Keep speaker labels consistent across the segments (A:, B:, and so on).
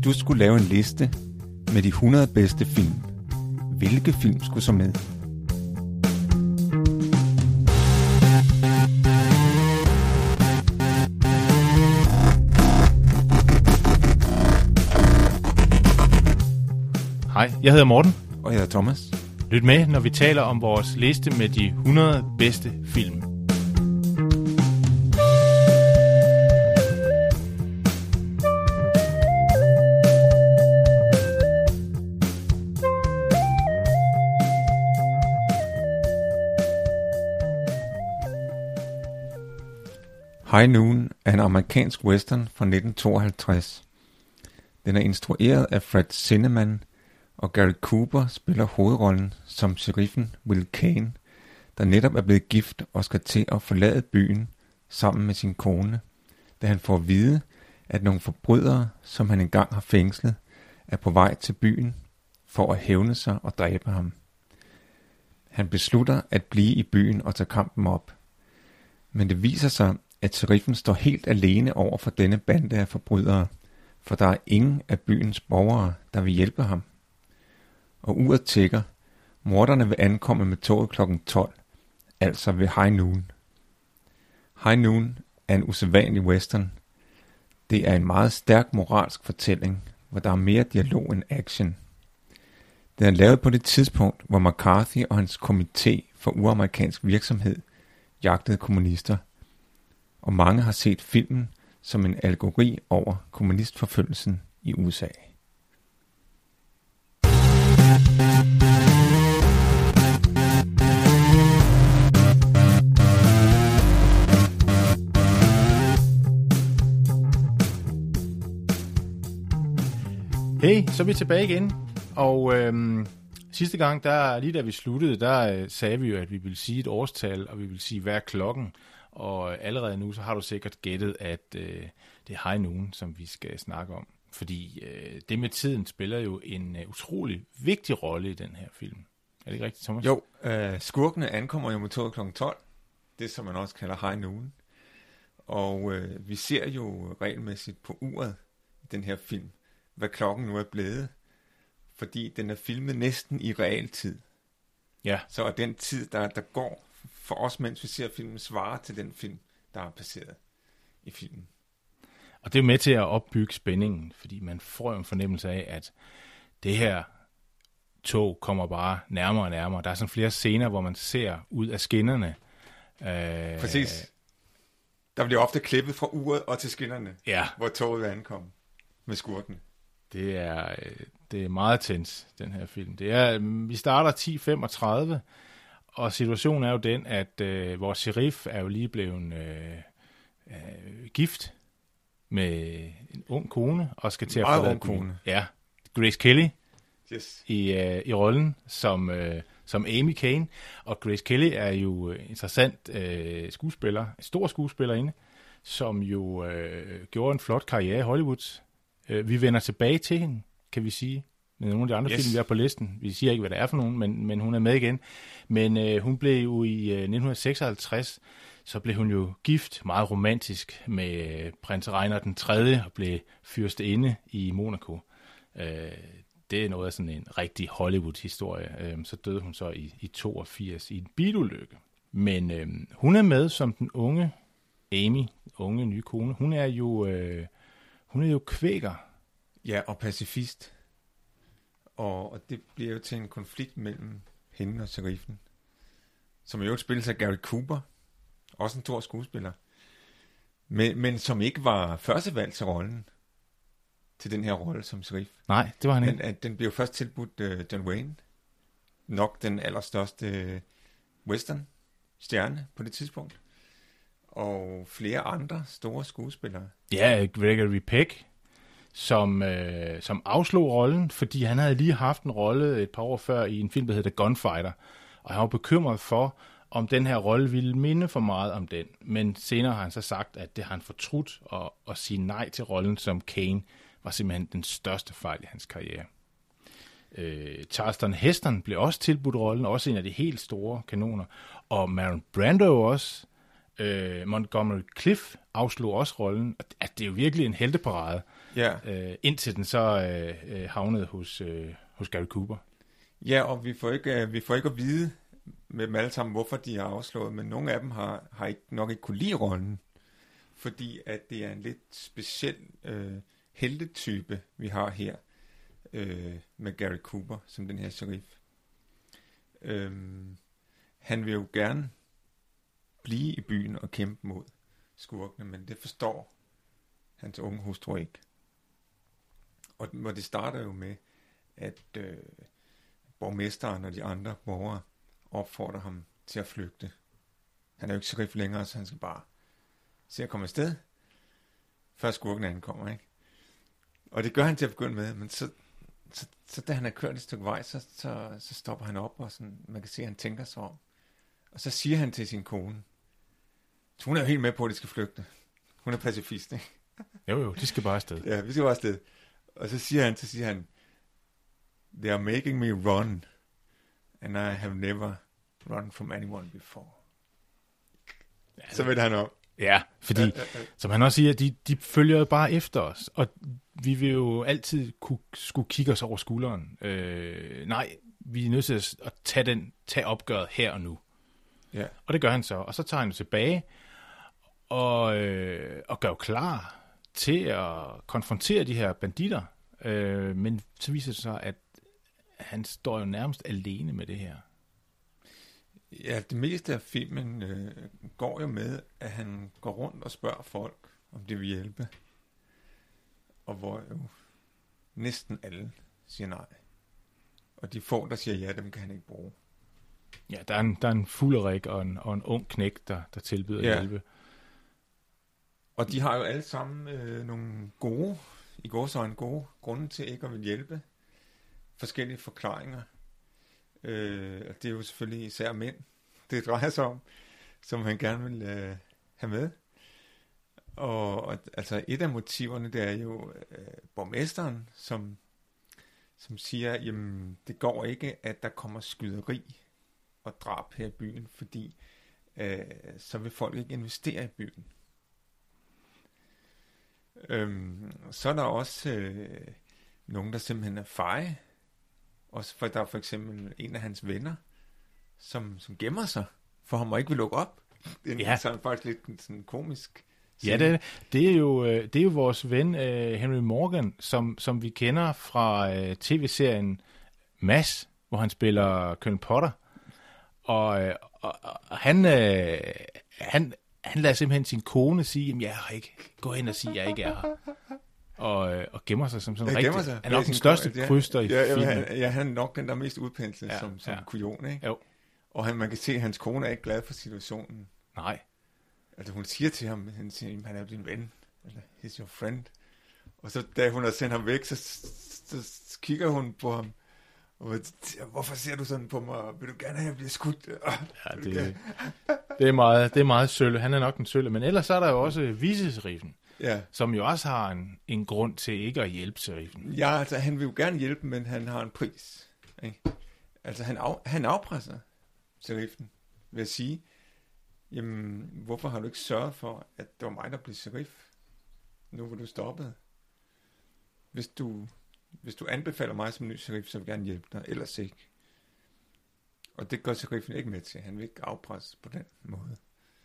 A: du skulle lave en liste med de 100 bedste film, hvilke film skulle så med?
B: Hej, jeg hedder Morten.
A: Og jeg hedder Thomas.
B: Lyt med, når vi taler om vores liste med de 100 bedste film.
A: High Noon er en amerikansk western fra 1952. Den er instrueret af Fred Zinnemann, og Gary Cooper spiller hovedrollen som sheriffen Will Kane, der netop er blevet gift og skal til at forlade byen sammen med sin kone, da han får at vide, at nogle forbrydere, som han engang har fængslet, er på vej til byen for at hævne sig og dræbe ham. Han beslutter at blive i byen og tage kampen op. Men det viser sig, at sheriffen står helt alene over for denne bande af forbrydere, for der er ingen af byens borgere, der vil hjælpe ham. Og uret tikker, morderne vil ankomme med toget kl. 12, altså ved High Noon. High Noon er en usædvanlig western. Det er en meget stærk moralsk fortælling, hvor der er mere dialog end action. Den er lavet på det tidspunkt, hvor McCarthy og hans komité for uamerikansk virksomhed jagtede kommunister, og mange har set filmen som en allegori over kommunistforfølgelsen i USA.
B: Hey, så er vi tilbage igen, og sidste gang, lige da vi sluttede, der sagde vi jo, at vi ville sige et årstal, og vi ville sige, hvad er klokken, og allerede nu, så har du sikkert gættet, at det er High Noon, som vi skal snakke om, fordi det med tiden spiller jo en utrolig vigtig rolle i den her film. Er det ikke rigtigt, Thomas?
A: Jo, skurkene ankommer jo med toget kl. 12, det som man også kalder High Noon, og vi ser jo regelmæssigt på uret i den her film, hvad klokken nu er blevet, fordi den er filmet næsten i realtid.
B: Ja.
A: Så er den tid, der går for os, mens vi ser filmen, svarer til den film, der er passeret i filmen.
B: Og det er med til at opbygge spændingen, fordi man får en fornemmelse af, at det her tog kommer bare nærmere og nærmere. Der er sådan flere scener, hvor man ser ud af skinnerne.
A: Præcis. Der bliver ofte klippet fra uret og til skinnerne,
B: ja,
A: hvor toget vil ankomme med skurkene.
B: Det er meget tens, den her film. Vi starter 10:35, og situationen er jo den, at vores sheriff er jo lige blevet gift med en ung kone, og skal til at forlade
A: ung kone.
B: Ja, Grace Kelly,
A: yes,
B: i rollen som Amy Kane. Og Grace Kelly er jo interessant skuespiller, en stor skuespillerinde, som jo gjorde en flot karriere i Hollywood. Vi vender tilbage til hende, kan vi sige, med nogle af de andre film, vi har på listen. Vi siger ikke, hvad det er for nogen, men hun er med igen. Men hun blev jo i 1956, så blev hun jo gift, meget romantisk, med prins Reiner den 3. og blev fyrsteinde i Monaco. Det er noget af sådan en rigtig Hollywood-historie. Så døde hun så i 82 i en bilulykke. Men hun er med som den unge Amy, unge nye kone. Hun er jo kvæker.
A: Ja, og pacifist. Og det bliver jo til en konflikt mellem hende og sheriffen, som jo spilles af Gary Cooper, også en stor skuespiller, men som ikke var førstevalg til rollen, til den her rolle som sheriff.
B: Nej, det var han ikke.
A: Den blev først tilbudt John Wayne, nok den allerstørste western-stjerne på det tidspunkt, og flere andre store skuespillere.
B: Ja, Gregory Peck, som afslog rollen, fordi han havde lige haft en rolle et par år før i en film, der hedder Gunfighter, og han var bekymret for, om den her rolle ville minde for meget om den. Men senere har han så sagt, at det har han fortrudt, og at sige nej til rollen som Kane var simpelthen den største fejl i hans karriere. Charleston Heston blev også tilbudt rollen, også en af de helt store kanoner, og Marlon Brando også. Montgomery Clift afslog også rollen. At det er jo virkelig en helteparade, indtil den så havnede hos Gary Cooper.
A: Ja, og vi får ikke at vide med dem alle sammen, hvorfor de har afslået, men nogle af dem har nok ikke kunne lide rollen, fordi at det er en lidt speciel heltetype, vi har her med Gary Cooper som den her sheriff. Han vil jo gerne blive i byen og kæmpe mod skurkene, men det forstår hans unge hustru ikke. Og det starter jo med, at borgmesteren og de andre borgere opfordrer ham til at flygte. Han er jo ikke sheriff længere, så han skal bare se at komme afsted, før skurken ankommer, ikke? Og det gør han til at begynde med, men så da han er kørt et stykke vej, så stopper han op, og sådan, man kan se, at han tænker sig om. Og så siger han til sin kone, så hun er jo helt med på, at de skal flygte. Hun er pacifist, ikke?
B: Jo, de skal bare afsted.
A: Ja, vi skal bare afsted. Og så siger han, they are making me run, and I have never run from anyone before. Ja, så ved han om.
B: Ja, fordi, som han også siger, de følger jo bare efter os, og vi vil jo altid skulle kigge os over skulderen. Nej, vi er nødt til at tage opgøret her og nu.
A: Ja.
B: Og det gør han så, og så tager han tilbage, og gør jo klar til at konfrontere de her banditter, men så viser det sig, at han står jo nærmest alene med det her.
A: Ja, det meste af filmen går jo med, at han går rundt og spørger folk, om det vil hjælpe. Og hvor jo næsten alle siger nej. Og de få, der siger ja, dem kan han ikke bruge.
B: Ja, der er en fulderik og en ung knæk, der tilbyder hjælpe.
A: Og de har jo alle sammen nogle gode grunde til ikke at vil hjælpe. Forskellige forklaringer. Og det er jo selvfølgelig især mænd, det drejer sig om, som han gerne vil have med. Og altså et af motiverne, det er jo borgmesteren, som siger, jamen det går ikke, at der kommer skyderi og drab her i byen, fordi så vil folk ikke investere i byen. Så er der også nogen, der simpelthen er feje. Også for der er for eksempel en af hans venner, som gemmer sig, for ham og ikke vil lukke op. Det er sådan faktisk lidt sådan komisk.
B: Ja, det er jo vores ven Henry Morgan, som vi kender fra tv-serien Mads, hvor han spiller Colonel Potter. Og han lader simpelthen sin kone sige, jamen jeg er her ikke. Gå hen og sige, jeg ikke er her. Og gemmer sig som sådan rigtig. Han er nok den største kryster i filmen.
A: Ja, han er nok den, der er mest udpenslet som kujon, ikke?
B: Jo.
A: Og man kan se, at hans kone er ikke glad for situationen.
B: Nej.
A: Altså hun siger til ham, han er din ven, eller he's your friend. Og så da hun har sendt ham væk, så kigger hun på ham, og hvorfor ser du sådan på mig? Vil du gerne have, at jeg bliver skudt?
B: Det er meget sølle. Han er nok den sølle. Men ellers er der jo også vicesheriffen, som jo også har en grund til ikke at hjælpe sheriffen.
A: Ja, altså han vil jo gerne hjælpe, men han har en pris. Ikke? Altså han afpresser sheriffen ved at sige, jamen, hvorfor har du ikke sørget for, at det var mig, der blev sheriff? Nu hvor du stoppede. Hvis du anbefaler mig som ny sheriff, så vil jeg gerne hjælpe dig, ellers ikke. Og det gør sheriffen ikke med til. Han vil ikke afpresse på den måde.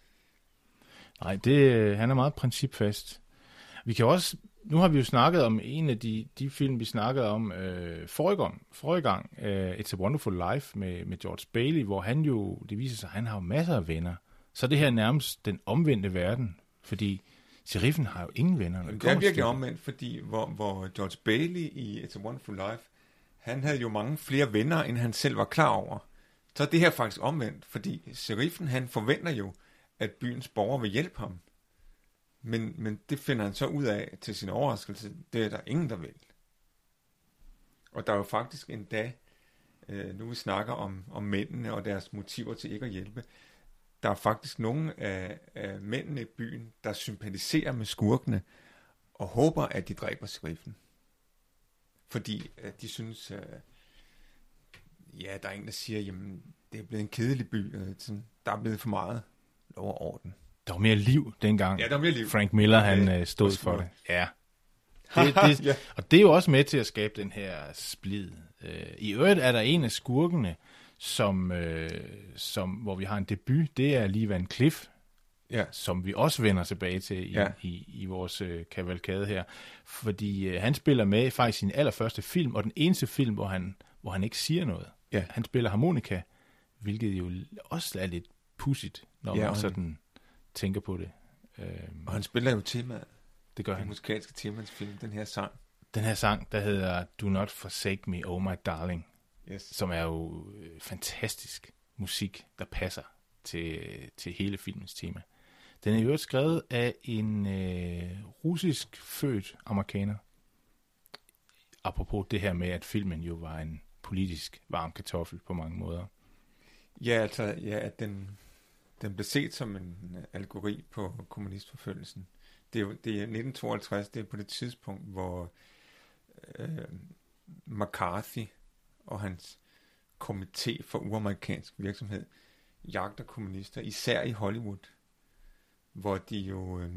B: Nej, han er meget principfast. Vi kan også, nu har vi jo snakket om en af de film, vi snakkede om forrige gang, It's a Wonderful Life med George Bailey, hvor han jo, det viser sig, at han har masser af venner. Så det her er nærmest den omvendte verden, fordi sheriffen har jo ingen venner.
A: Det er virkelig omvendt, fordi hvor George Bailey i It's a Wonderful Life, han havde jo mange flere venner, end han selv var klar over. Så er det her faktisk omvendt, fordi sheriffen, han forventer jo, at byens borgere vil hjælpe ham. Men det finder han så ud af til sin overraskelse. Det er der ingen, der vil. Og der er jo faktisk endda, nu vi snakker om mændene og deres motiver til ikke at hjælpe, der er faktisk nogle af mændene i byen, der sympatiserer med skurkene og håber, at de dræber sheriffen. Fordi de synes, der er en, der siger, jamen, det er blevet en kedelig by, der er blevet for meget lov og orden.
B: Der var mere liv dengang.
A: Ja, der var mere liv.
B: Frank Miller, han stod for det. Ja. Ja. Og det er jo også med til at skabe den her splid. I øvrigt er der en af skurkene, som hvor vi har en debut, det er Lee Van Cleef, som vi også vender tilbage til i vores kavalkade her. Fordi han spiller med faktisk sin allerførste film, og den eneste film, hvor han ikke siger noget.
A: Ja.
B: Han spiller harmonika, hvilket jo også er lidt pudsigt, når man sådan tænker på det.
A: Og han spiller jo temaet.
B: Det gør han.
A: Det musikalske tema til film, den her sang.
B: Den her sang, der hedder Do Not Forsake Me, Oh My Darling, som er jo fantastisk musik, der passer til hele filmens tema. Den er jo skrevet af en russisk født amerikaner. Apropos det her med, at filmen jo var en politisk varm kartoffel på mange måder.
A: Ja, altså, at den blev set som en algori på kommunistforfølgelsen. Det er 1952, det er på det tidspunkt, hvor McCarthy og hans komité for uamerikansk virksomhed jagter kommunister, især i Hollywood, hvor de jo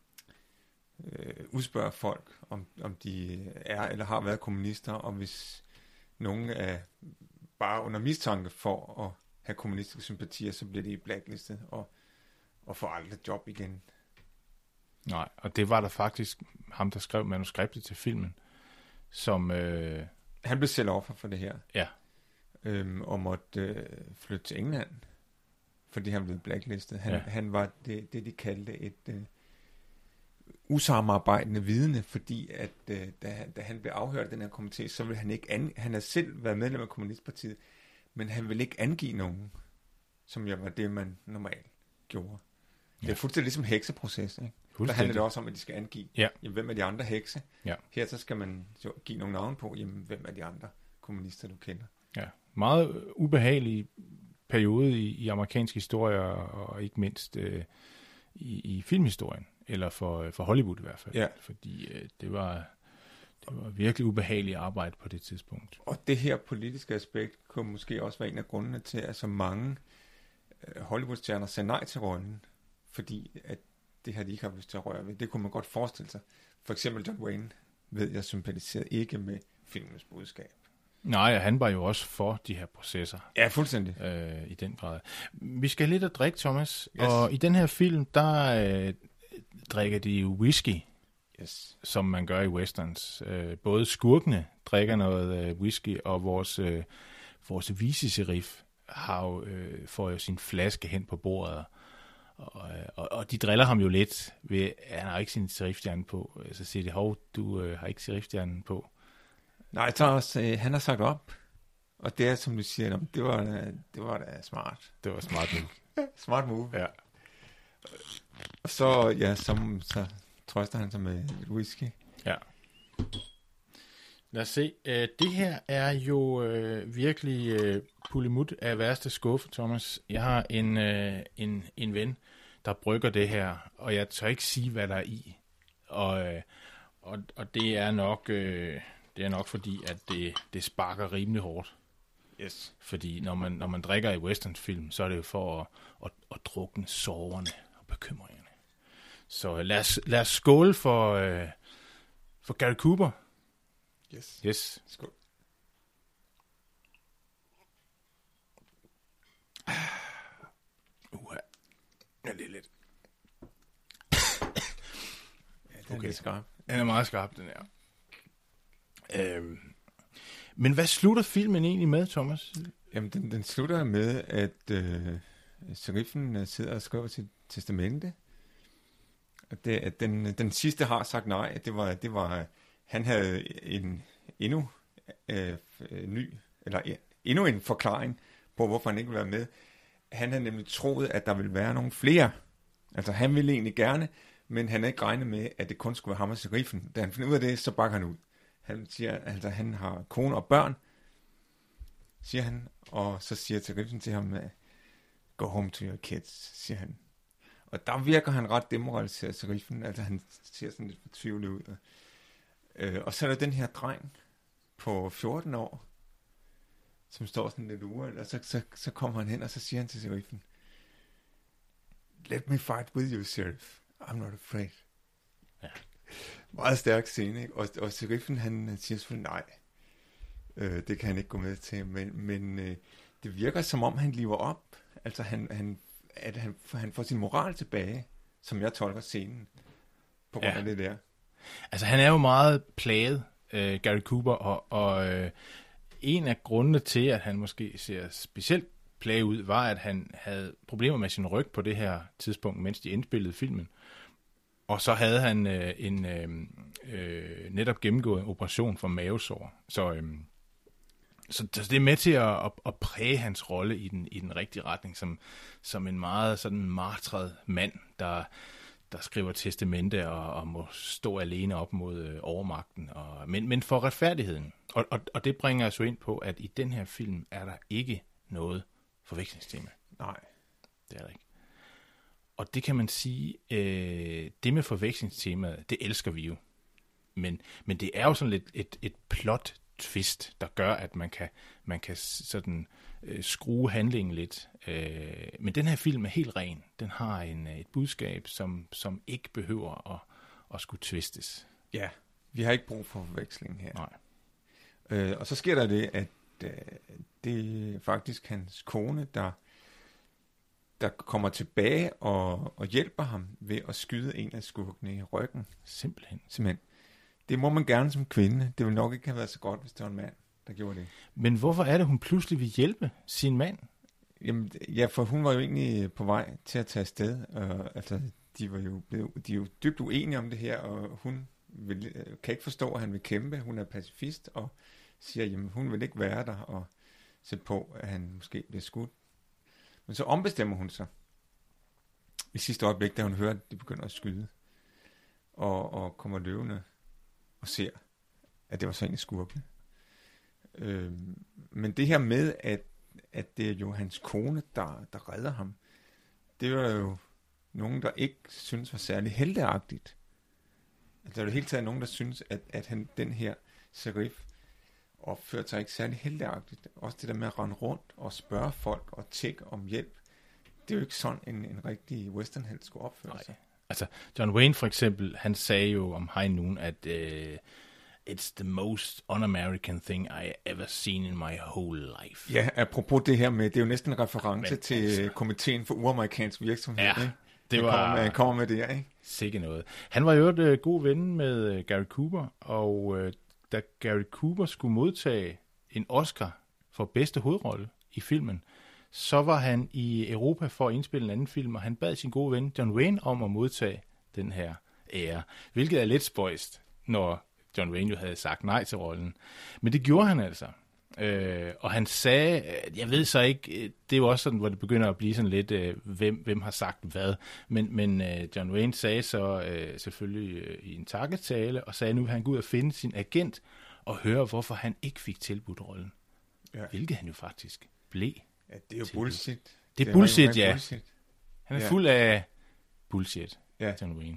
A: udspørger folk, om de er eller har været kommunister, og hvis nogen er bare under mistanke for at have kommunistiske sympatier, så bliver de blacklistet og får aldrig job igen.
B: Nej, og det var der faktisk ham, der skrev manuskriptet til filmen, som...
A: Han blev selv offer for det her.
B: Ja.
A: Og måtte flytte til England, fordi han blev blacklistet. Han var det, de kaldte et usamarbejdende vidne, fordi at da han blev afhørt af den her komité, så ville han ikke han har selv været medlem af Kommunistpartiet, men han ville ikke angive nogen, som jo var det, man normalt gjorde. Det er fuldstændig ligesom hekseproces, ikke? Der handler det også om, at de skal angive, hvem er de andre hekse. Ja. Her så skal man så give nogle navne på, hvem er de andre kommunister, du kender.
B: Ja, meget ubehagelig periode i amerikansk historie, og ikke mindst i filmhistorien, eller for Hollywood i hvert fald. Ja. Fordi det var virkelig ubehageligt arbejde på det tidspunkt.
A: Og det her politiske aspekt kunne måske også være en af grundene til, at så mange Hollywood-stjerner sagde nej til rollen, fordi at det har de ikke haft lyst til at røre ved. Det kunne man godt forestille sig. For eksempel John Wayne, ved jeg, sympatiserede ikke med filmens budskab.
B: Nej, han var jo også for de her processer.
A: Ja, fuldstændig.
B: I den grad. Vi skal lidt at drikke, Thomas. Yes. Og i den her film, der drikker de whisky, som man gør i westerns. Både skurkene drikker noget whisky, og vores viceserif får jo sin flaske hen på bordet. Og de driller ham jo lidt ved, han har ikke sin serifstjerne på. Så siger de, hov, du har ikke serifstjernen på.
A: Nej, så også, han har sagt op. Og det er, som du siger, det var da smart.
B: Det var smart move.
A: Smart move.
B: Ja.
A: Og så trøster han sig med whisky. Ja.
B: Lad os se. Det her er jo virkelig pulimut af værste skuffe, Thomas. Jeg har en ven, der brygger det her, og jeg tør ikke sige, hvad der er i. Og det er nok fordi, at det sparker rimelig hårdt.
A: Yes.
B: Fordi når man drikker i westernfilm, så er det jo for at drukne sorgerne og bekymringerne. Så lad os skåle for Gary Cooper. Yes.
A: Skål.
B: Ja, det er lidt.
A: Ja, den er skarp.
B: Den er meget skarp, den her. Men hvad slutter filmen egentlig med, Thomas?
A: Jamen, den slutter med, at sheriffen sidder og skriver sit testamente. At den sidste har sagt nej. Det var han havde endnu en forklaring på, hvorfor han ikke ville være med. Han havde nemlig troet, at der ville være nogle flere. Altså, han ville egentlig gerne, men han havde ikke regnet med, at det kun skulle være ham og sheriffen. Da han finder ud af det, så bakker han ud. Han siger, altså han har kone og børn, siger han, og så siger sheriffen til ham, go home to your kids, siger han. Og der virker han ret demoraliseret, sheriffen, altså han ser sådan lidt fortvivlet ud. Og så er der den her dreng på 14 år, som står sådan lidt uret, og så kommer han hen, og så siger han til sheriffen, Let me fight with you, sheriff. I'm not afraid.
B: Ja.
A: Meget stærk scene, ikke? Og sheriffen, han siger selvfølgelig nej. Det kan han ikke gå med til, men det virker som om, han lever op. Altså, han får sin moral tilbage, som jeg tolker scenen, på grund af det der.
B: Altså, han er jo meget plaget, Gary Cooper, og en af grundene til, at han måske ser specielt plaget ud, var, at han havde problemer med sin ryg på det her tidspunkt, mens de indspillede filmen. Og så havde han netop gennemgået en operation for mavesår. Så det er med til at præge hans rolle i den rigtige retning, som en meget sådan martret mand, der skriver testamente og må stå alene op mod overmagten, men for retfærdigheden. Og det bringer os jo ind på, at i den her film er der ikke noget forvekslingstema.
A: Nej.
B: Det er der ikke. Og det kan man sige, det med forvekslingstemaet, det elsker vi jo. Men det er jo sådan lidt et plot twist, der gør, at man kan sådan skrue handlingen lidt. Men den her film er helt ren. Den har et budskab, som ikke behøver at skulle twistes.
A: Ja, vi har ikke brug for forveksling her.
B: Nej.
A: Og så sker der det, at det er faktisk hans kone, der kommer tilbage og hjælper ham ved at skyde en af skurkene i ryggen. Simpelthen. Det må man gerne som kvinde. Det ville nok ikke have været så godt, hvis det var en mand, der gjorde det.
B: Men hvorfor er det, hun pludselig vil hjælpe sin mand?
A: Jamen, ja, for hun var jo egentlig på vej til at tage afsted. Altså, de er jo dybt uenige om det her, og hun kan ikke forstå, at han vil kæmpe. Hun er pacifist og siger, jamen, hun vil ikke være der og sætte på, at han måske bliver skudt. Men så ombestemmer hun sig i sidste øjeblik, da hun hører, at de begynder at skyde. Og kommer løvende og ser, at det var så egentlig skurken. Men det her med, at det er jo hans kone, der redder ham, det var jo nogen, der ikke synes var særlig helteagtigt. Altså der er jo hele taget nogen, der synes, at den her sheriff opførte sig ikke særlig helteagtigt. Også det der med at rende rundt og spørge folk og tjekke om hjælp. Det er jo ikke sådan, en rigtig westernhelt skulle opføre sig.
B: Altså, John Wayne for eksempel, han sagde jo om High Noon, at it's the most un-American thing I ever seen in my whole life.
A: Ja, apropos det her med, det er jo næsten en reference til komiteen for uamerikansk virksomhed,
B: ja,
A: ikke?
B: Det var...
A: Han kommer med det her, ikke?
B: Sikke noget. Han var jo et god ven med Gary Cooper, og da Gary Cooper skulle modtage en Oscar for bedste hovedrolle i filmen, så var han i Europa for at indspille en anden film, og han bad sin gode ven John Wayne om at modtage den her ære, hvilket er lidt spøjst, når John Wayne jo havde sagt nej til rollen. Men det gjorde han altså. Og han sagde, jeg ved så ikke, det er jo også sådan, hvor det begynder at blive sådan lidt, hvem har sagt hvad, men John Wayne sagde så selvfølgelig i en takketale, og sagde, nu vil han gå ud og finde sin agent, og høre, hvorfor han ikke fik tilbudt rollen. Ja. Hvilket han jo faktisk blev.
A: Ja, det er jo bullshit.
B: Det er bullshit, ja.
A: Bullshit.
B: Han er fuld af bullshit, John Wayne.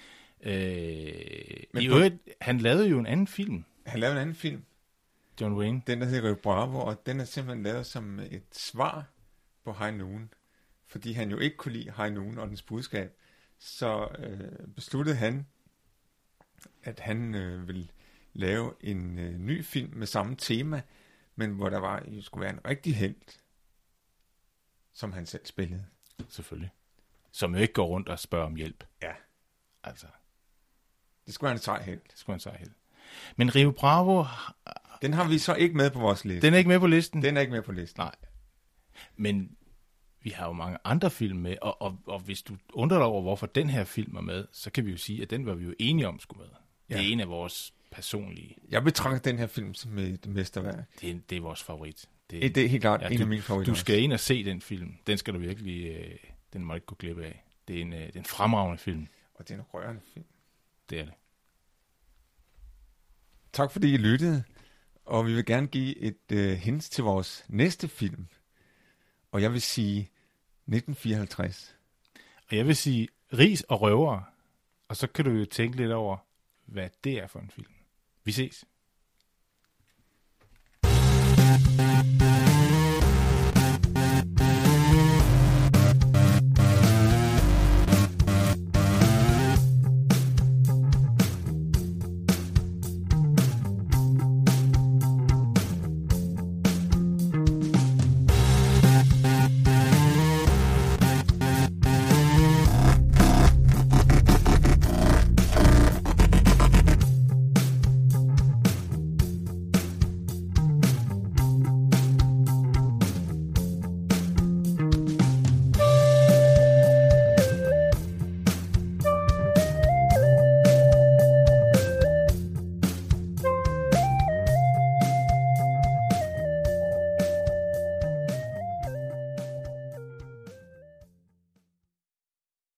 B: I øvrigt, han lavede jo en anden film.
A: Han lavede en anden film.
B: John Wayne.
A: Den, der hedder Rio Bravo, og den er simpelthen lavet som et svar på High Noon. Fordi han jo ikke kunne lide High Noon og dens budskab. Så besluttede han, at han ville lave en ny film med samme tema, men hvor der skulle være en rigtig helt, som han selv spillede.
B: Selvfølgelig. Som jo ikke går rundt og spørger om hjælp.
A: Ja.
B: Altså.
A: Det skulle være en sej helt.
B: Men Rio Bravo...
A: Den har vi så ikke med på vores liste.
B: Den er ikke med på listen?
A: Den er ikke med på listen.
B: Nej. Men vi har jo mange andre film med, og hvis du undrer dig over, hvorfor den her film er med, så kan vi jo sige, at den var vi jo enige om skulle med. Ja. Det er en af vores personlige...
A: Jeg betragter den her film som et mesterværk.
B: Det er vores favorit.
A: Det er helt klart en af mine favoritter.
B: Du skal ind og se den film. Den skal du virkelig... den må ikke gå glip af. Det er en fremragende film.
A: Og det er en rørende film.
B: Det er det.
A: Tak fordi I lyttede. Og vi vil gerne give et hint til vores næste film. Og jeg vil sige 1954.
B: Og jeg vil sige Ris og røvere. Og så kan du jo tænke lidt over, hvad det er for en film. Vi ses.